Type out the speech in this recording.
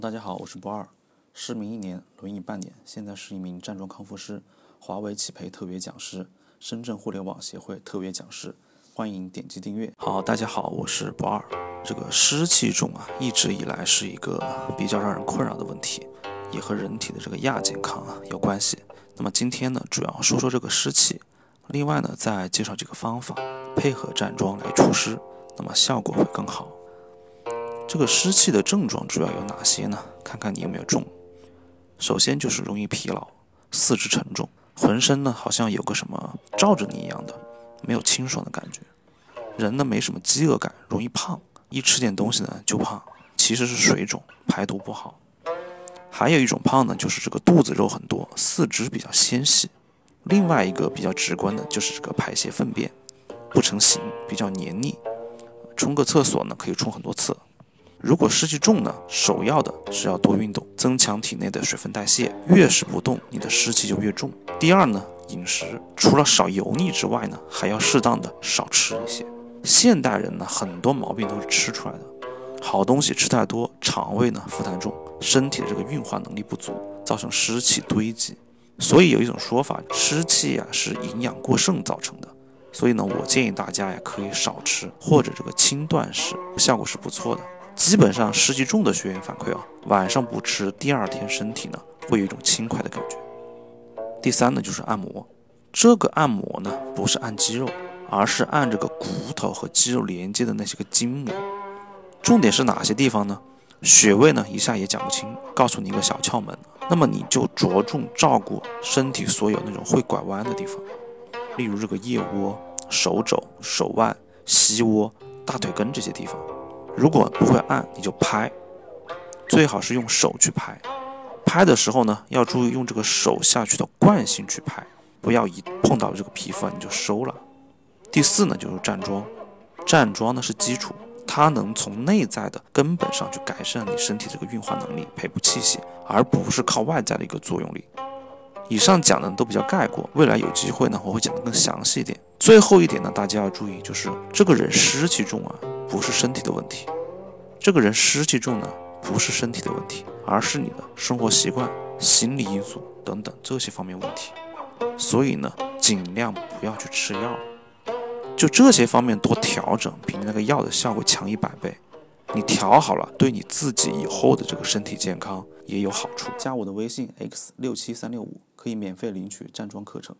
大家好，我是不二，失明1年，轮椅半年，现在是一名站桩康复师，华为企培特别讲师，深圳互联网协会特别讲师，欢迎点击订阅。好，大家好，我是不二。这个湿气重一直以来是一个比较让人困扰的问题，也和人体的这个亚健康有关系。那么今天呢，主要说说这个湿气，另外呢，再介绍几个方法，配合站桩来除湿，那么效果会更好。这个湿气的症状主要有哪些呢？看看你有没有中。首先就是容易疲劳，四肢沉重，浑身呢好像有个什么罩着你一样的，没有清爽的感觉。人呢没什么饥饿感，容易胖，一吃点东西呢就胖，其实是水肿，排毒不好。还有一种胖呢，就是这个肚子肉很多，四肢比较纤细。另外一个比较直观的就是这个排泄粪便不成形，比较黏腻，冲个厕所呢可以冲很多次。如果湿气重呢，首要的是要多运动，增强体内的水分代谢，越是不动，你的湿气就越重。第二呢，饮食除了少油腻之外呢，还要适当的少吃一些。现代人呢，很多毛病都是吃出来的，好东西吃太多，肠胃呢负担重，身体的这个运化能力不足，造成湿气堆积。所以有一种说法，湿气是营养过剩造成的。所以呢，我建议大家可以少吃，或者这个轻断食，效果是不错的。基本上湿气重的学员反馈晚上不吃，第二天身体呢会有一种轻快的感觉。第三呢就是按摩，这个按摩呢不是按肌肉，而是按这个骨头和肌肉连接的那些个筋膜。重点是哪些地方呢？穴位呢一下也讲不清，告诉你一个小窍门，那么你就着重照顾身体所有那种会拐弯的地方，例如这个腋窝、手肘、手腕、膝窝、大腿根这些地方。如果不会按，你就拍，最好是用手去拍。拍的时候呢，要注意用这个手下去的惯性去拍，不要一碰到这个皮肤你就收了。第四呢，就是站桩。站桩呢是基础，它能从内在的根本上去改善你身体这个运化能力，培补气血，而不是靠外在的一个作用力。以上讲的都比较概括，未来有机会呢，我会讲得更详细一点。最后一点呢，大家要注意，就是这个人湿气重不是身体的问题，这个人湿气重呢，不是身体的问题，而是你的生活习惯、心理因素等等这些方面问题。所以呢，尽量不要去吃药，就这些方面多调整，比你那个药的效果强100倍。你调好了，对你自己以后的这个身体健康也有好处。加我的微信 x67365，可以免费领取站桩课程。